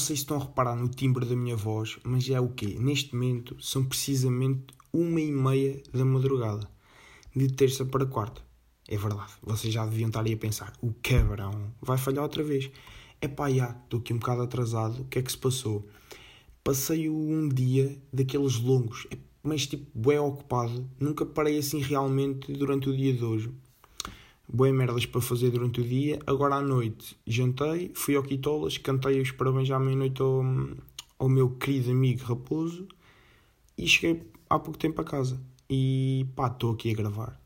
sei se estão a reparar no timbre da minha voz, mas é o quê? Neste momento são precisamente 1h30 da madrugada, de terça para quarta. É verdade, vocês já deviam estar aí a pensar, o cabrão vai falhar outra vez. Epá, estou aqui um bocado atrasado, o que é que se passou? Passei um dia daqueles longos, mas tipo, bué ocupado, nunca parei assim realmente durante o dia de hoje. Bué merdas para fazer durante o dia, agora à noite jantei, fui ao Quitolas, cantei os parabéns à meia-noite ao meu querido amigo Raposo e cheguei há pouco tempo a casa. E pá, estou aqui a gravar.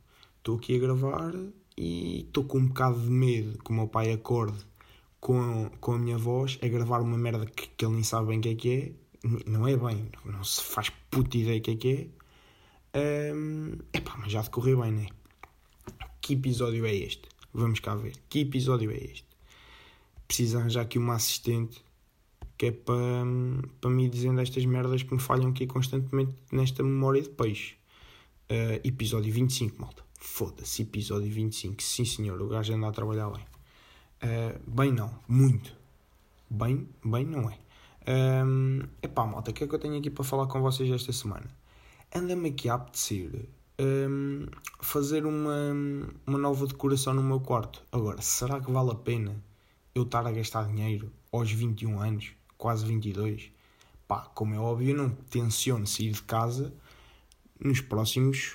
E estou com um bocado de medo que o meu pai acorde com a minha voz a gravar uma merda que ele nem sabe bem o que é. Não é bem, não se faz puta ideia o que é. Mas já decorreu bem, não é? Que episódio é este? Vamos cá ver. Que episódio é este? Preciso arranjar aqui uma assistente que é para me dizendo estas merdas que me falham aqui constantemente nesta memória de peixe. Episódio 25, malta. Foda-se, episódio 25. Sim, senhor, o gajo anda a trabalhar bem. Bem não, muito. Bem não é. Malta, o que é que eu tenho aqui para falar com vocês esta semana? Anda-me aqui a apetecer fazer uma nova decoração no meu quarto. Agora, será que vale a pena eu estar a gastar dinheiro aos 21 anos, quase 22? Como é óbvio, eu não tenciono sair de casa nos próximos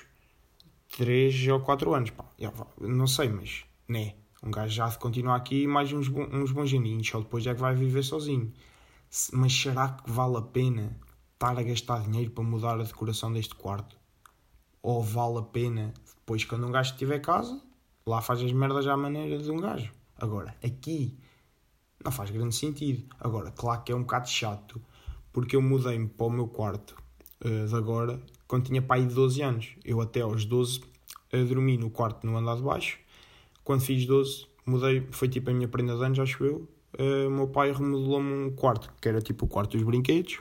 3 ou 4 anos. Não sei, mas né, um gajo já de continuar aqui mais uns bons aninhos, só depois é que vai viver sozinho. Mas será que vale a pena estar a gastar dinheiro para mudar a decoração deste quarto? Ou vale a pena, depois quando um gajo tiver casa, lá faz as merdas à maneira de um gajo? Agora, aqui não faz grande sentido. Agora, claro que é um bocado chato, porque eu mudei-me para o meu quarto de agora quando tinha pai de 12 anos. Eu até aos 12 dormi no quarto no andar de baixo. Quando fiz 12, mudei, foi tipo a minha prenda de anos, acho eu. O meu pai remodelou-me um quarto, que era tipo o quarto dos brinquedos,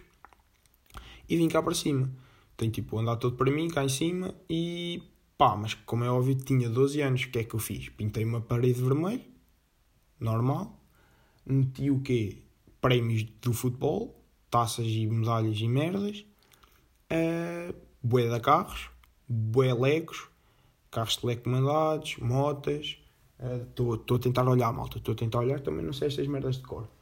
e vim cá para cima. Tem tipo o andar todo para mim, cá em cima, e mas como é óbvio, tinha 12 anos, o que é que eu fiz? Pintei uma parede vermelha, normal, meti o quê? Prémios do futebol, taças e medalhas e merdas, bué de carros, bué legos, carros telecomandados, motas. Estou a tentar olhar, malta. Estou a tentar olhar, também não sei estas merdas de cor.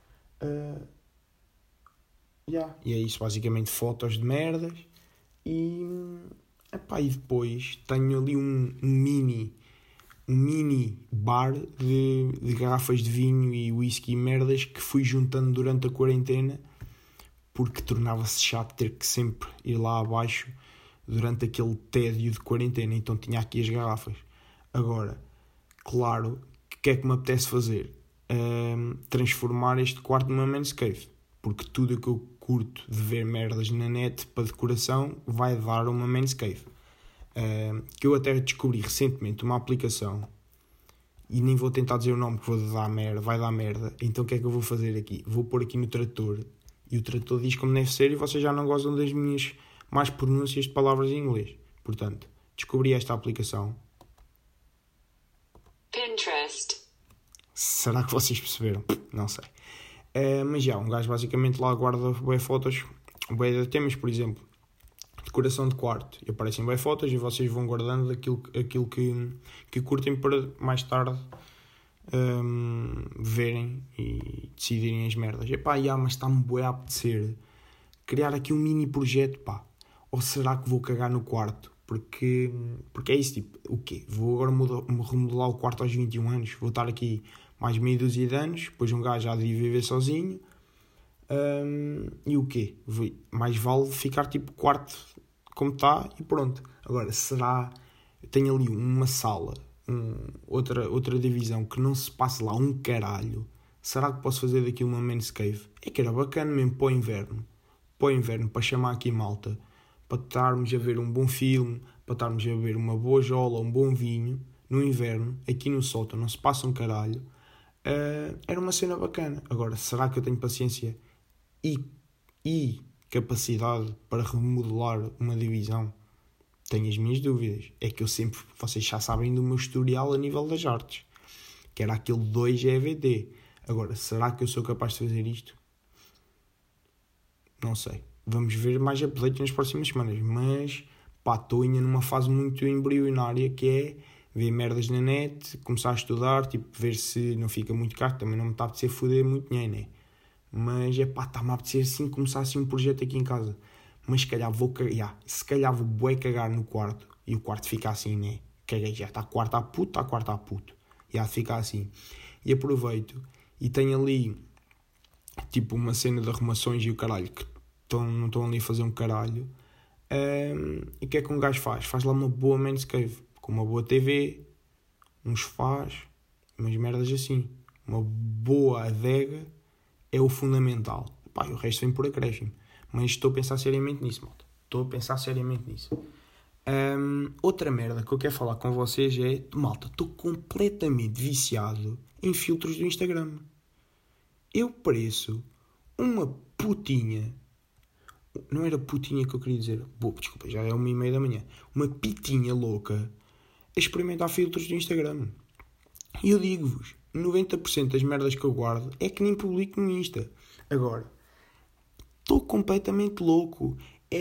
E é isso, basicamente, fotos de merdas. E depois tenho ali um mini bar de garrafas de vinho e whisky e merdas que fui juntando durante a quarentena, porque tornava-se chato ter que sempre ir lá abaixo durante aquele tédio de quarentena. Então tinha aqui as garrafas. Agora, claro, o que é que me apetece fazer? Transformar este quarto numa manscaped, porque tudo o que eu curto de ver merdas na net para decoração vai dar uma manscaped. Que eu até descobri recentemente uma aplicação, e nem vou tentar dizer o nome que vai dar merda. Então o que é que eu vou fazer aqui? Vou pôr aqui no trator, e o trator diz como deve ser, e vocês já não gostam das minhas mais pronúncias de palavras em inglês. Portanto, descobri esta aplicação. Pinterest. Será que vocês perceberam? Não sei. Mas um gajo basicamente lá guarda bem fotos, bem de temas, por exemplo, decoração de quarto. E aparecem bem fotos e vocês vão guardando aquilo que curtem para mais tarde verem e decidirem as merdas. Mas está-me bué a apetecer criar aqui um mini projeto, Ou será que vou cagar no quarto? Porque é isso, tipo, o quê? Vou agora remodelar o quarto aos 21 anos, vou estar aqui mais meia dúzia de anos, depois um gajo já de viver sozinho, e o quê? Mais vale ficar tipo quarto como está e pronto. Agora, será? Eu tenho ali uma sala, outra divisão que não se passa lá um caralho. Será que posso fazer daqui uma manscaped? É que era bacana mesmo para o inverno, para chamar aqui malta, para estarmos a ver um bom filme, para estarmos a ver uma boa jola, um bom vinho, no inverno, aqui no sótão, não se passa um caralho. Era uma cena bacana. Agora, será que eu tenho paciência e capacidade para remodelar uma divisão? Tenho as minhas dúvidas. É que vocês já sabem do meu historial a nível das artes, que era aquele 2 EVD. Agora, será que eu sou capaz de fazer isto? Não sei. Vamos ver mais updates nas próximas semanas. Mas, pá, estou ainda numa fase muito embrionária que é ver merdas na net, começar a estudar, tipo, ver se não fica muito caro. Também não me está a apetecer foder muito dinheiro, né? Mas, é pá, está-me a apetecer assim, começar assim um projeto aqui em casa. Mas se calhar vou cagar. Se calhar vou bué cagar no quarto. E o quarto fica assim, né? Caguei já. Está quarto a puto, está quarto a puto. Já fica assim. E aproveito. E tenho ali, tipo, uma cena de arrumações e o caralho. Que não estão ali a fazer um caralho. E o que é que um gajo faz? Faz lá uma boa manscave. Com uma boa TV. Uns sofás. Umas merdas assim. Uma boa adega é o fundamental. Pá, e o resto vem por acréscimo. Mas estou a pensar seriamente nisso, malta. Estou a pensar seriamente nisso. Outra merda que eu quero falar com vocês é... Malta, estou completamente viciado em filtros do Instagram. Eu pareço uma putinha... Não era putinha que eu queria dizer. Boa, desculpa, já é 1h30 da manhã. Uma pitinha louca a experimentar filtros do Instagram. E eu digo-vos, 90% das merdas que eu guardo é que nem publico no Insta. Agora... Estou completamente louco.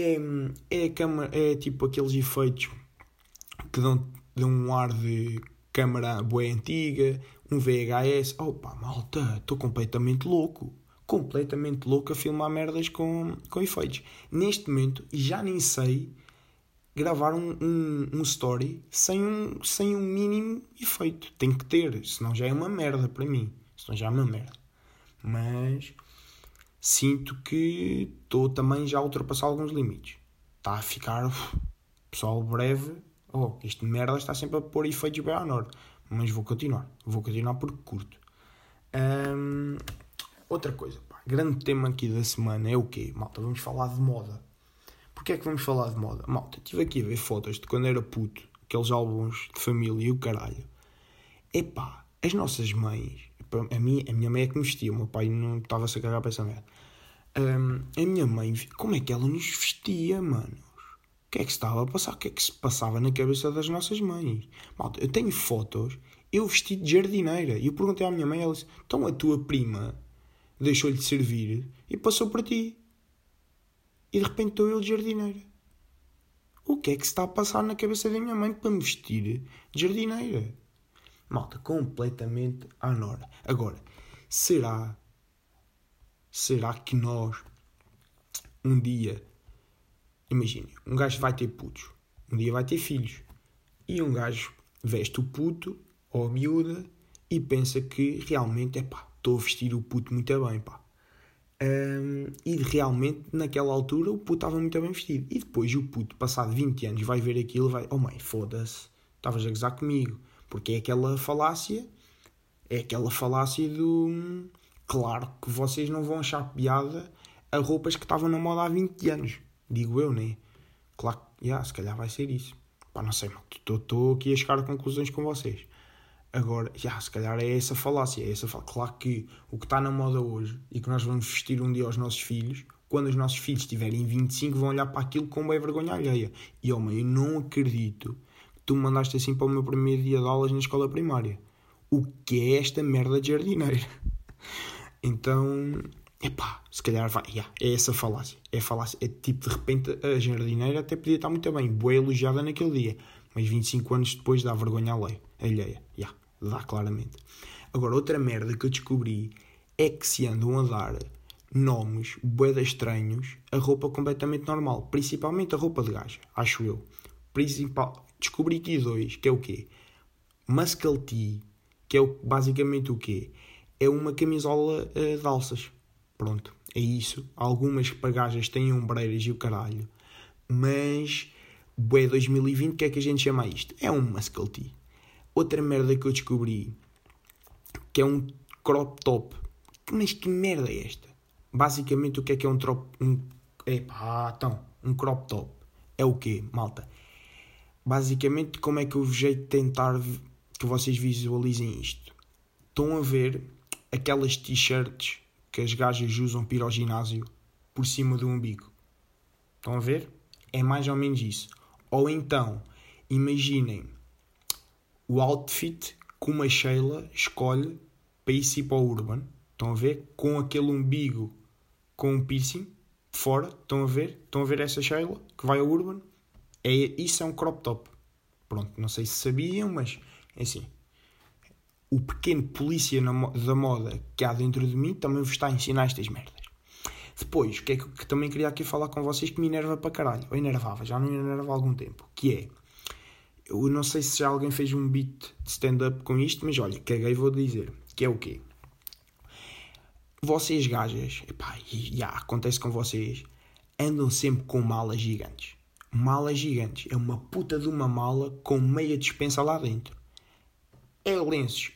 É tipo aqueles efeitos que dão um ar de câmara bué antiga, um VHS. Opa, malta, estou completamente louco. Completamente louco a filmar merdas com efeitos. Neste momento, já nem sei gravar um story sem um mínimo efeito. Tem que ter, senão já é uma merda para mim. Senão já é uma merda. Mas... sinto que estou também já a ultrapassar alguns limites. Está a ficar... pessoal, breve... isto de merda está sempre a pôr efeitos bem à norte. Mas vou continuar. Vou continuar porque curto. Outra coisa. Pá, grande tema aqui da semana é o quê? Malta, vamos falar de moda. Porquê é que vamos falar de moda? Malta, estive aqui a ver fotos de quando era puto. Aqueles álbuns de família e o caralho. Epá, as nossas mães... A minha mãe é que me vestia. O meu pai não estava-se a cagar para essa merda. A minha mãe, como é que ela nos vestia, mano? O que é que se estava a passar? O que é que se passava na cabeça das nossas mães? Malta, eu tenho fotos, eu vestido de jardineira. E eu perguntei à minha mãe, ela disse, então a tua prima deixou-lhe de servir e passou para ti. E de repente estou eu de jardineira. O que é que se está a passar na cabeça da minha mãe para me vestir de jardineira? Malta, completamente à nora. Agora, será que nós, um dia, imaginem, um gajo vai ter putos, um dia vai ter filhos, e um gajo veste o puto ou a miúda e pensa que realmente, estou a vestir o puto muito bem, pá. E realmente, naquela altura, o puto estava muito bem vestido. E depois o puto, passado 20 anos, vai ver aquilo e vai, oh mãe, foda-se, estavas a gozar comigo. Porque é aquela falácia do... Claro que vocês não vão achar piada a roupas que estavam na moda há 20 anos. Digo eu, né? Claro que, se calhar vai ser isso. Pá, não sei, estou aqui a chegar a conclusões com vocês. Agora, se calhar é essa falácia. Claro que o que está na moda hoje e que nós vamos vestir um dia aos nossos filhos, quando os nossos filhos tiverem 25, vão olhar para aquilo com bem vergonha alheia. E, eu não acredito... tu me mandaste assim para o meu primeiro dia de aulas na escola primária. O que é esta merda de jardineira? Então, se calhar vai, é essa falácia. É tipo, de repente, a jardineira até podia estar muito bem, boa elogiada naquele dia, mas 25 anos depois dá vergonha alheia. Dá claramente. Agora, outra merda que eu descobri é que se andam a dar nomes bué estranhos a roupa completamente normal, principalmente a roupa de gaja, acho eu. Descobri aqui 2, que é o quê? Muscle Tee, que é basicamente o quê? É uma camisola de alças. Pronto, é isso. Algumas pagajas têm ombreiras e o caralho. Mas, 2020, o que é que a gente chama isto? É um Muscle Tee. Outra merda que eu descobri, que é um crop top. Mas que merda é esta? Basicamente, o que é um um crop top? É o quê, malta? Basicamente, como é que eu vos hei de tentar que vocês visualizem isto? Estão a ver aquelas t-shirts que as gajas usam para ir ao ginásio por cima do umbigo? Estão a ver? É mais ou menos isso. Ou então, imaginem o outfit que uma Sheila escolhe para ir para o Urban. Estão a ver? Com aquele umbigo com um piercing. fora, estão a ver essa Sheila que vai ao Urban? Isso é um crop top. Pronto, não sei se sabiam, mas é assim. O pequeno polícia da moda que há dentro de mim também vos está a ensinar estas merdas. Depois, o que é que também queria aqui falar com vocês que me enerva para caralho. Ou enervava, já não me enerva há algum tempo. Que é, eu não sei se já alguém fez um beat de stand-up com isto, mas olha, caguei, vou dizer. Que é o quê? Vocês gajas, epá, e acontece com vocês, andam sempre com malas gigantes. Malas gigantes. É uma puta de uma mala com meia dispensa lá dentro. É lenços.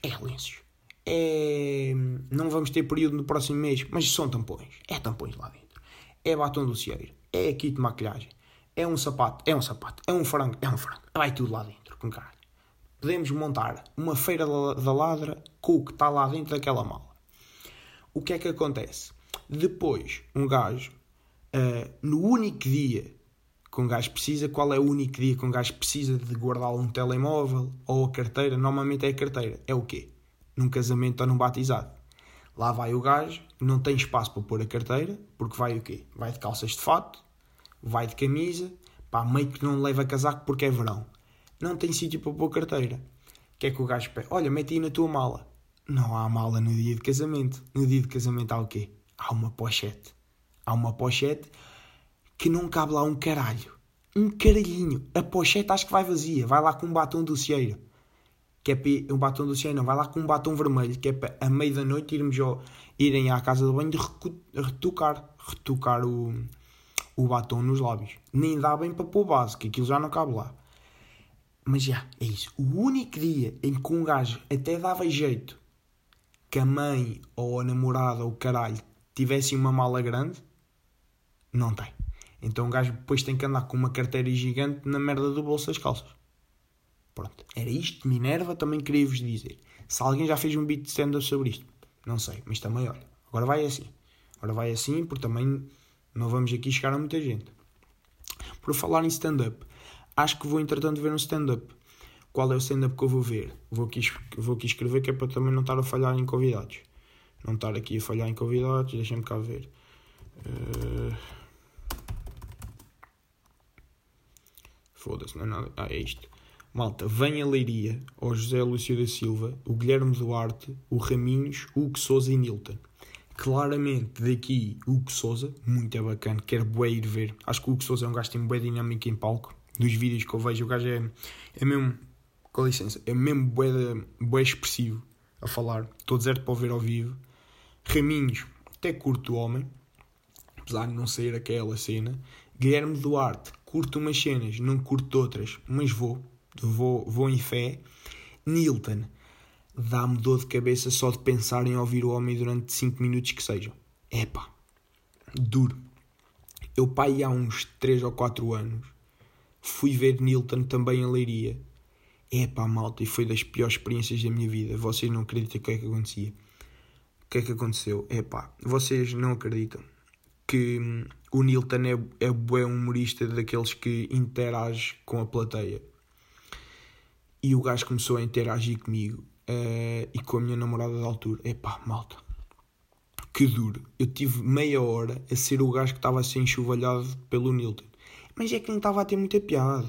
Não vamos ter período no próximo mês, mas são tampões. É tampões lá dentro. É batom do cieiro. É kit de maquilhagem. É um sapato. É um frango. Vai tudo lá dentro, com caralho. Podemos montar uma feira da ladra com o que está lá dentro daquela mala. O que é que acontece? Depois, um gajo, no único dia que um gajo precisa, qual é o único dia que um gajo precisa de guardar um telemóvel ou a carteira? Normalmente é a carteira. É o quê? Num casamento ou num batizado. Lá vai o gajo, não tem espaço para pôr a carteira, porque vai o quê? Vai de calças de fato, vai de camisa, pá, meio que não leva casaco porque é verão. Não tem sítio para pôr a carteira. O que é que o gajo pede? Olha, mete aí na tua mala. Não há mala no dia de casamento. No dia de casamento há o quê? Há uma pochete. Que não cabe lá um caralho. Um caralhinho. A pochete acho que vai vazia. Vai lá com um batom do cieiro. Que é para... Um batom do cieiro não. Vai lá com um batom vermelho. Que é para, à meia da noite, irem à casa do banho e retocar o batom nos lábios. Nem dá bem para pôr base, que aquilo já não cabe lá. Mas já, é isso. O único dia em que um gajo até dava jeito que a mãe ou a namorada ou o caralho tivessem uma mala grande, não tem. Então o gajo depois tem que andar com uma carteira gigante na merda do bolso das calças. Pronto. Era isto que me enerva, também queria-vos dizer. Se alguém já fez um beat de stand-up sobre isto, não sei, mas também, olha, agora vai assim, porque também não vamos aqui chegar a muita gente. Por falar em stand-up, acho que vou entretanto ver um stand-up. Qual é o stand-up que eu vou ver? Vou aqui escrever, que é para também não estar a falhar em convidados. Não estar aqui a falhar em convidados, deixem-me cá ver. Foda-se, não é nada. É isto. Malta, vem a Leiria, o José Lúcio da Silva, o Guilherme Duarte, o Raminhos, o Hugo Sousa e Nilton. Claramente daqui o Hugo Sousa, muito bacana, quero bué ir ver. Acho que o Hugo Sousa é um gajo que tem bué dinâmica em palco. Dos vídeos que eu vejo, o gajo é mesmo, com licença, é mesmo bué expressivo a falar. Estou deserto para o ver ao vivo. Raminhos, até curto o homem, apesar de não sair aquela cena. Guilherme Duarte, curto umas cenas, não curto outras, mas vou em fé. Nilton, dá-me dor de cabeça só de pensar em ouvir o homem durante 5 minutos que sejam. Epá, duro. Eu, pai, há uns 3 ou 4 anos, fui ver Nilton também em Leiria. Epá, malta, e foi das piores experiências da minha vida. Vocês não acreditam o que é que acontecia. O que é que aconteceu? Epá, vocês não acreditam que o Nilton é um humorista daqueles que interage com a plateia. E o gajo começou a interagir comigo e com a minha namorada da altura. Epá, malta, que duro. Eu tive meia hora a ser o gajo que estava a ser enxovalhado pelo Nilton. Mas é que nem estava a ter muita piada.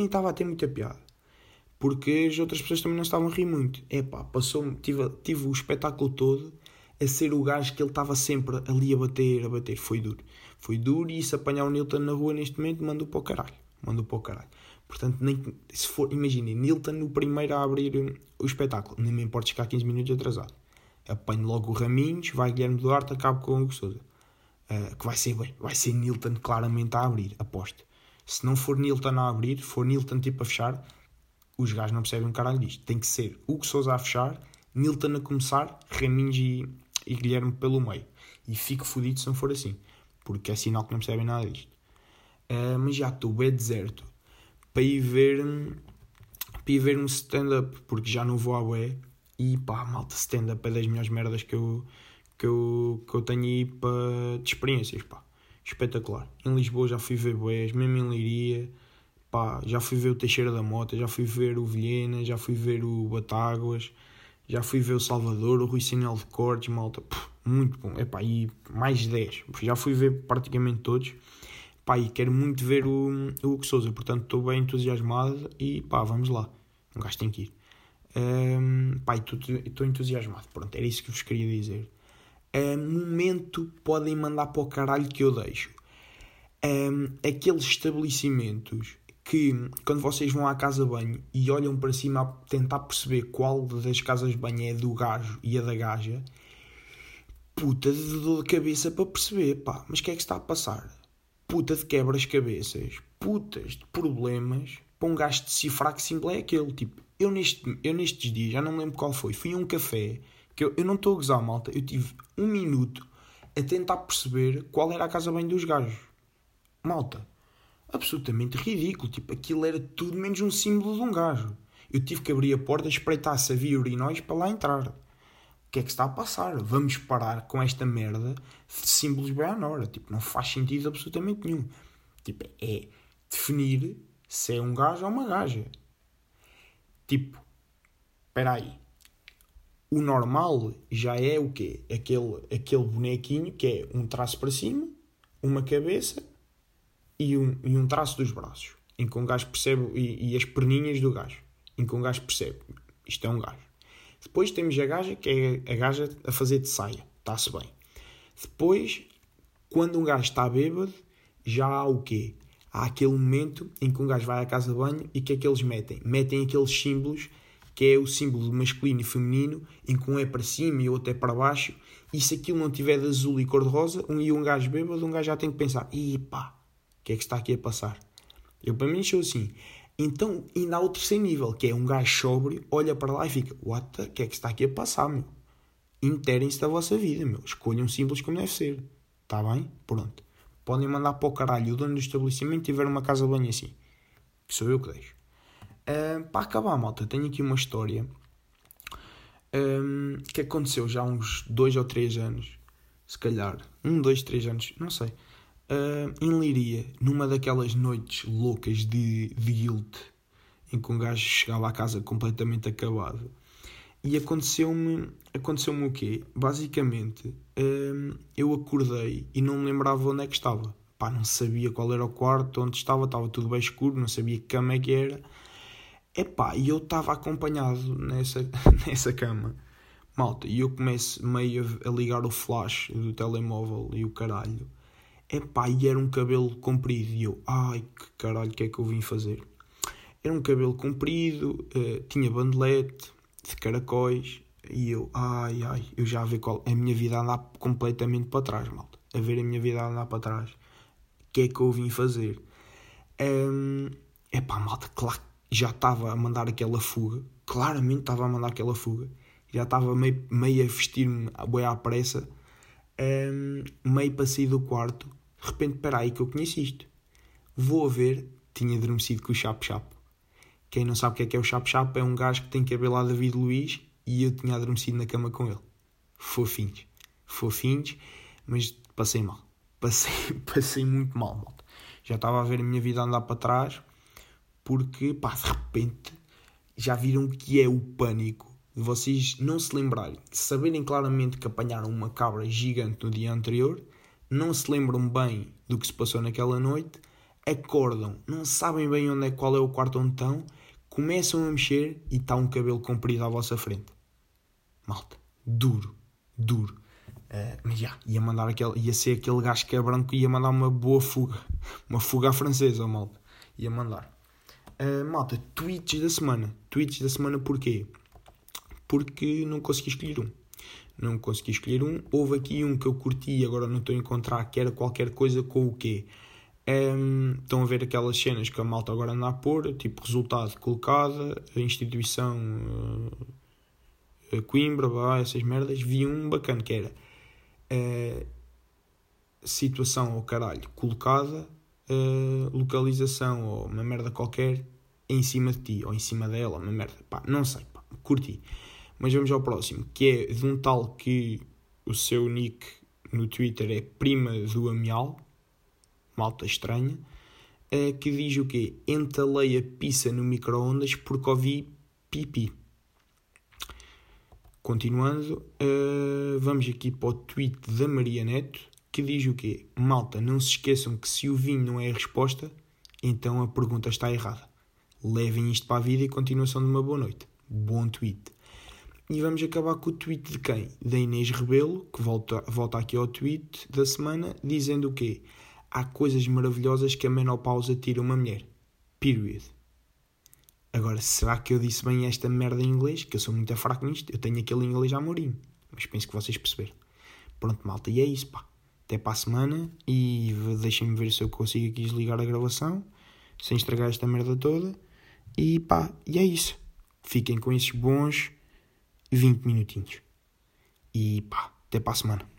Porque as outras pessoas também não estavam a rir muito. Epá, tive o espetáculo todo a ser o gajo que ele estava sempre ali a bater. Foi duro, e se apanhar o Nilton na rua neste momento, mando para o caralho. Portanto, se for, imaginem, Nilton o primeiro a abrir o espetáculo, nem me importa ficar 15 minutos atrasado. Apanho logo o Raminhos, vai Guilherme Duarte, acabo com o Hugo Sousa. Que vai ser bem. Vai ser Nilton claramente a abrir, aposto. Se não for Nilton a abrir, for Nilton tipo a fechar, os gajos não percebem um caralho disto. Tem que ser Hugo Sousa a fechar, Nilton a começar, Raminhos e Guilherme pelo meio. E fico fodido se não for assim, porque é sinal que não percebem nada disto. Mas já estou bem deserto para ir ver um stand-up, porque já não vou à bué. E pá, malta, stand-up é das melhores merdas que eu tenho aí de experiências, pá. Espetacular. Em Lisboa já fui ver bués, mesmo em Leiria, pá, já fui ver o Teixeira da Mota, já fui ver o Vilhena, já fui ver o Batáguas, Já fui ver o Salvador, o Rui Sinel de Cortes, malta. Muito bom. Epá, e mais 10. Já fui ver praticamente todos. Pá, e quero muito ver o Hugo Sousa. Portanto, estou bem entusiasmado e pá, vamos lá. Um gajo tem que ir. Pá, estou entusiasmado. Pronto, era isso que vos queria dizer. Momento podem mandar para o caralho que eu deixo. Aqueles estabelecimentos que, quando vocês vão à casa de banho e olham para cima a tentar perceber qual das casas de banho é do gajo e a da gaja, puta de dor de cabeça para perceber, pá, mas o que é que se está a passar? Puta de quebras-cabeças, putas de problemas para um gajo decifrar que símbolo é aquele. Tipo, eu nestes dias, já não me lembro qual foi, fui a um café, que eu não estou a gozar, malta, eu tive 1 minuto a tentar perceber qual era a casa de banho dos gajos. Malta, absolutamente ridículo. Tipo, aquilo era tudo menos um símbolo de um gajo. Eu tive que abrir a porta, espreitar se havia urinóis para lá entrar. O que é que está a passar? Vamos parar com esta merda de símbolos bem à nora. Tipo, não faz sentido absolutamente nenhum. Tipo, é definir se é um gajo ou uma gaja. Tipo, espera aí. O normal já é o quê? Aquele bonequinho que é um traço para cima, uma cabeça e um traço dos braços, em que um gajo percebe, e as perninhas do gajo, em que um gajo percebe, isto é um gajo. Depois temos a gaja, que é a gaja a fazer de saia, está-se bem. Depois, quando um gajo está bêbado, já há o quê? Há aquele momento em que um gajo vai à casa de banho e que é que eles metem? Metem aqueles símbolos, que é o símbolo masculino e feminino, em que um é para cima e o outro é para baixo, e se aquilo não tiver de azul e cor-de-rosa, um gajo bêbado, um gajo já tem que pensar, pá, o que é que está aqui a passar? Eu, para mim, sou assim. Então, ainda há o terceiro nível, que é um gajo sóbrio, olha para lá e fica, o que é que está aqui a passar, meu? Interem-se da vossa vida, meu. Escolham símbolos como deve ser. Está bem? Pronto. Podem mandar para o caralho o dono do estabelecimento e tiver uma casa de banho assim. Que sou eu que deixo. Para acabar, malta, tenho aqui uma história que aconteceu já há uns 2 ou 3 anos. Se calhar. 1, 2, 3 anos. Não sei. Em Leiria, numa daquelas noites loucas de guilt, em que um gajo chegava à casa completamente acabado, e aconteceu-me o quê? Basicamente, eu acordei e não me lembrava onde é que estava. Pá, não sabia qual era o quarto, onde estava tudo bem escuro, não sabia que cama é que era. E eu estava acompanhado nessa cama. Malta, e eu começo meio a ligar o flash do telemóvel e o caralho. E era um cabelo comprido. E eu, que caralho, o que é que eu vim fazer? Era um cabelo comprido, tinha bandelete, de caracóis. E eu, eu já a ver qual... A minha vida a andar completamente para trás, malta. A ver a minha vida a andar para trás. O que é que eu vim fazer? Malta, claro, já estava a mandar aquela fuga. Claramente estava a mandar aquela fuga. Já estava meio a vestir-me à pressa. Meio para sair do quarto. De repente, espera aí que eu conheço isto. Vou a ver, tinha adormecido com o Chapo-Chapo. Quem não sabe o que é o Chapo-Chapo é um gajo que tem cabelo a David Luiz e eu tinha adormecido na cama com ele. Fofinhos, mas passei mal. Passei muito mal, malta. Já estava a ver a minha vida andar para trás porque, de repente, já viram o que é o pânico de vocês não se lembrarem, saberem claramente que apanharam uma cabra gigante no dia anterior, não se lembram bem do que se passou naquela noite, acordam, não sabem bem qual é o quarto onde estão, começam a mexer e está um cabelo comprido à vossa frente. Malta, duro. Mas ia ser aquele gajo que é branco e ia mandar uma boa fuga. Uma fuga à francesa, malta. Ia mandar. Malta, tweets da semana porquê? Porque não consegui escolher um. Houve aqui um que eu curti e agora não estou a encontrar, que era qualquer coisa com o quê? Estão a ver aquelas cenas que a malta agora anda a pôr, tipo resultado colocada, a instituição Coimbra, essas merdas. Vi um bacana que era situação ao caralho colocada, localização ou uma merda qualquer em cima de ti ou em cima dela, uma merda, não sei, curti. Mas vamos ao próximo, que é de um tal que o seu nick no Twitter é Prima do Amial, malta estranha, que diz o quê? Entalei a pizza no micro-ondas porque ouvi pipi. continuando, vamos aqui para o tweet da Maria Neto, que diz o quê? Malta, não se esqueçam que se o vinho não é a resposta, então a pergunta está errada. Levem isto para a vida e continuação de uma boa noite. Bom tweet. E vamos acabar com o tweet de quem? Da Inês Rebelo, que volta aqui ao tweet da semana, dizendo o quê? Há coisas maravilhosas que a menopausa tira uma mulher. Period. Agora, será que eu disse bem esta merda em inglês? Que eu sou muito fraco nisto. Eu tenho aquele inglês a Mourinho. Mas penso que vocês perceberam. Pronto, malta. E é isso, pá. Até para a semana. E deixem-me ver se eu consigo aqui desligar a gravação. Sem estragar esta merda toda. E pá, e é isso. Fiquem com esses bons 20 minutinhos. E pá, até para a semana.